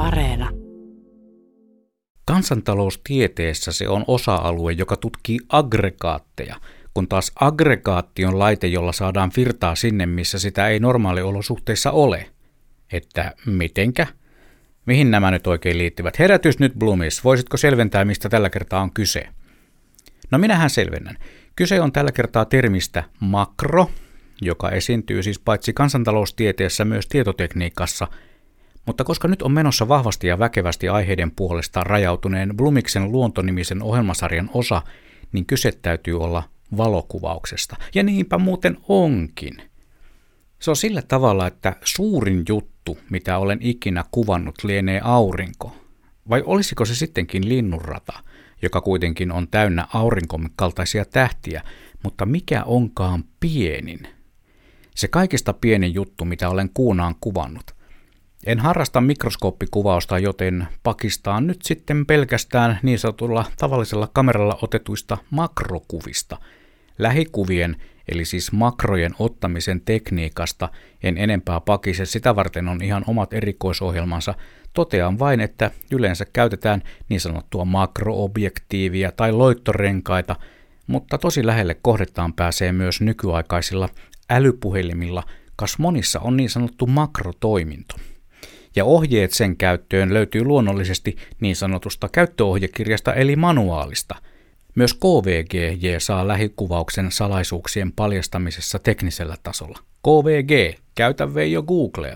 Areena. Kansantaloustieteessä se on osa-alue, joka tutkii aggregaatteja, kun taas aggregaatti on laite, jolla saadaan virtaa sinne, missä sitä ei normaaliolosuhteissa ole. Että mitenkä? Mihin nämä nyt oikein liittyvät? Herätys nyt Blumis, voisitko selventää, mistä tällä kertaa on kyse? No minähän selvennän. Kyse on tällä kertaa termistä makro, joka esiintyy siis paitsi kansantaloustieteessä myös tietotekniikassa, mutta koska nyt on menossa vahvasti ja väkevästi aiheiden puolesta rajautuneen Blumiksen luontonimisen ohjelmasarjan osa, niin kyse täytyy olla valokuvauksesta. Ja niinpä muuten onkin. Se on sillä tavalla, että suurin juttu, mitä olen ikinä kuvannut, lienee aurinko. Vai olisiko se sittenkin linnunrata, joka kuitenkin on täynnä aurinkomme kaltaisia tähtiä, mutta mikä onkaan pienin? Se kaikista pienin juttu, mitä olen kuunaan kuvannut. En harrasta mikroskooppikuvausta, joten pakistaan nyt sitten pelkästään niin sanotulla tavallisella kameralla otetuista makrokuvista. Lähikuvien, eli siis makrojen ottamisen tekniikasta en enempää pakise, sitä varten on ihan omat erikoisohjelmansa. Totean vain, että yleensä käytetään niin sanottua makroobjektiivia tai loittorenkaita, mutta tosi lähelle kohdetaan pääsee myös nykyaikaisilla älypuhelimilla, kas monissa on niin sanottu makrotoiminto. Ja ohjeet sen käyttöön löytyy luonnollisesti niin sanotusta käyttöohjekirjasta eli manuaalista. Myös KVG saa lähikuvauksen salaisuuksien paljastamisessa teknisellä tasolla. KVG, käytä Veijo Googlea.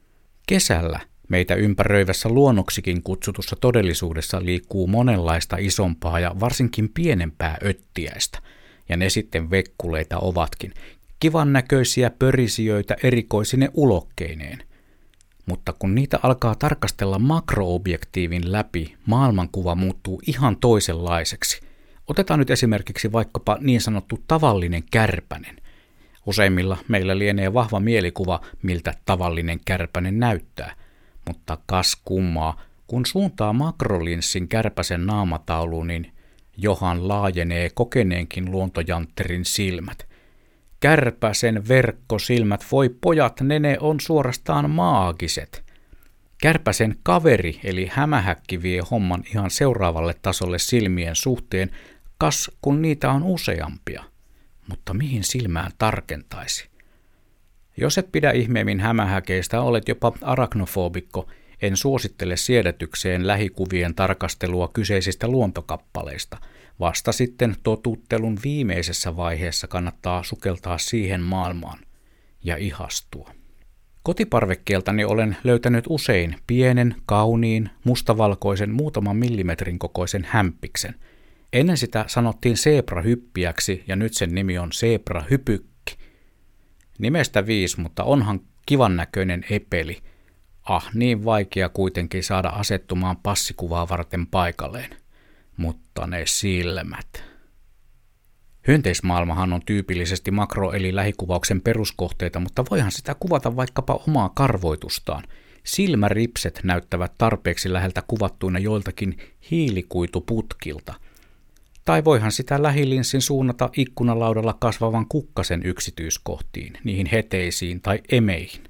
Kesällä meitä ympäröivässä luonnoksikin kutsutussa todellisuudessa liikkuu monenlaista isompaa ja varsinkin pienempää öttiäistä, ja ne sitten vekkuleita ovatkin. Kivan näköisiä pörisijöitä erikoisine ulokkeineen. Mutta kun niitä alkaa tarkastella makroobjektiivin läpi, maailmankuva muuttuu ihan toisenlaiseksi. Otetaan nyt esimerkiksi vaikkapa niin sanottu tavallinen kärpänen. Useimmilla meillä lienee vahva mielikuva, miltä tavallinen kärpänen näyttää. Mutta kas kummaa, kun suuntaa makrolinssin kärpäsen naamatauluun, niin johan laajenee kokeneenkin luontojantterin silmät. Kärpäsen verkkosilmät, voi pojat, ne on suorastaan maagiset. Kärpäsen kaveri eli hämähäkki vie homman ihan seuraavalle tasolle silmien suhteen, kas kun niitä on useampia. Mutta mihin silmään tarkentaisi? Jos et pidä ihmeemmin hämähäkeistä, olet jopa arachnofobikko, en suosittele siedätykseen lähikuvien tarkastelua kyseisistä luontokappaleista. Vasta sitten totuttelun viimeisessä vaiheessa kannattaa sukeltaa siihen maailmaan ja ihastua. Kotiparvekkeeltani olen löytänyt usein pienen, kauniin, mustavalkoisen, muutaman millimetrin kokoisen hämpiksen. Ennen sitä sanottiin seeprahyppiäksi ja nyt sen nimi on seeprahypykki. Nimestä 5, mutta onhan kivan näköinen epeli. Niin vaikea kuitenkin saada asettumaan passikuvaa varten paikalleen. Mutta ne silmät. Hyönteismaailmahan on tyypillisesti makro- eli lähikuvauksen peruskohteita, mutta voihan sitä kuvata vaikkapa omaa karvoitustaan. Silmäripset näyttävät tarpeeksi läheltä kuvattuina joiltakin hiilikuituputkilta. Tai voihan sitä lähilinssin suunnata ikkunalaudalla kasvavan kukkasen yksityiskohtiin, niihin heteisiin tai emeihin.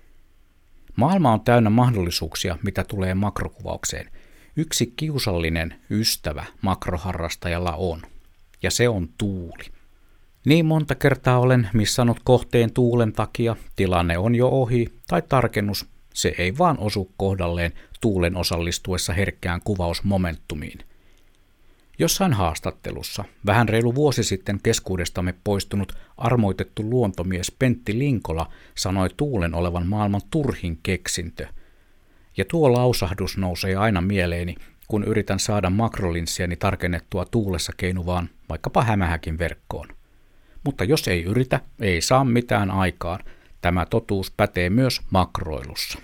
Maailma on täynnä mahdollisuuksia, mitä tulee makrokuvaukseen. Yksi kiusallinen ystävä makroharrastajalla on, ja se on tuuli. Niin monta kertaa olen missannut kohteen tuulen takia, tilanne on jo ohi, tai tarkennus, se ei vaan osu kohdalleen tuulen osallistuessa herkkään kuvausmomentumiin. Jossain haastattelussa, vähän reilu vuosi sitten keskuudestamme poistunut armoitettu luontomies Pentti Linkola sanoi tuulen olevan maailman turhin keksintö. Ja tuo lausahdus nousee aina mieleeni, kun yritän saada makrolinssiäni tarkennettua tuulessa keinuvaan vaikkapa hämähäkin verkkoon. Mutta jos ei yritä, ei saa mitään aikaan. Tämä totuus pätee myös makroilussa.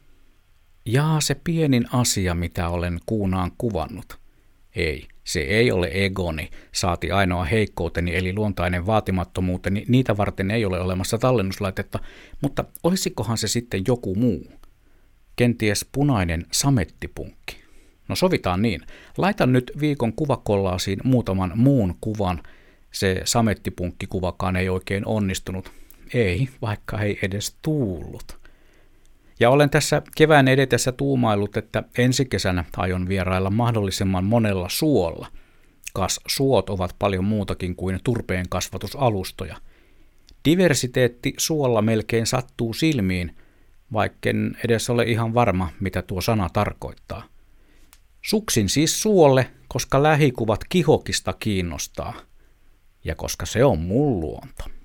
Jaa, se pienin asia, mitä olen kuunaan kuvannut. Ei, se ei ole egoni, saati ainoa heikkouteni eli luontainen vaatimattomuuteni, niitä varten ei ole olemassa tallennuslaitetta, mutta olisikohan se sitten joku muu? Kenties punainen samettipunkki. No sovitaan niin. Laitan nyt viikon kuvakollaasiin muutaman muun kuvan. Se samettipunkkikuvakaan ei oikein onnistunut. Ei, vaikka ei edes tuullut. Ja olen tässä kevään edetessä tuumaillut, että ensi kesänä aion vierailla mahdollisimman monella suolla. Kas suot ovat paljon muutakin kuin turpeen kasvatusalustoja. Diversiteetti suolla melkein sattuu silmiin, vaikken edes ole ihan varma, mitä tuo sana tarkoittaa. Suksin siis suolle, koska lähikuvat kihokista kiinnostaa. Ja koska se on mun luonto.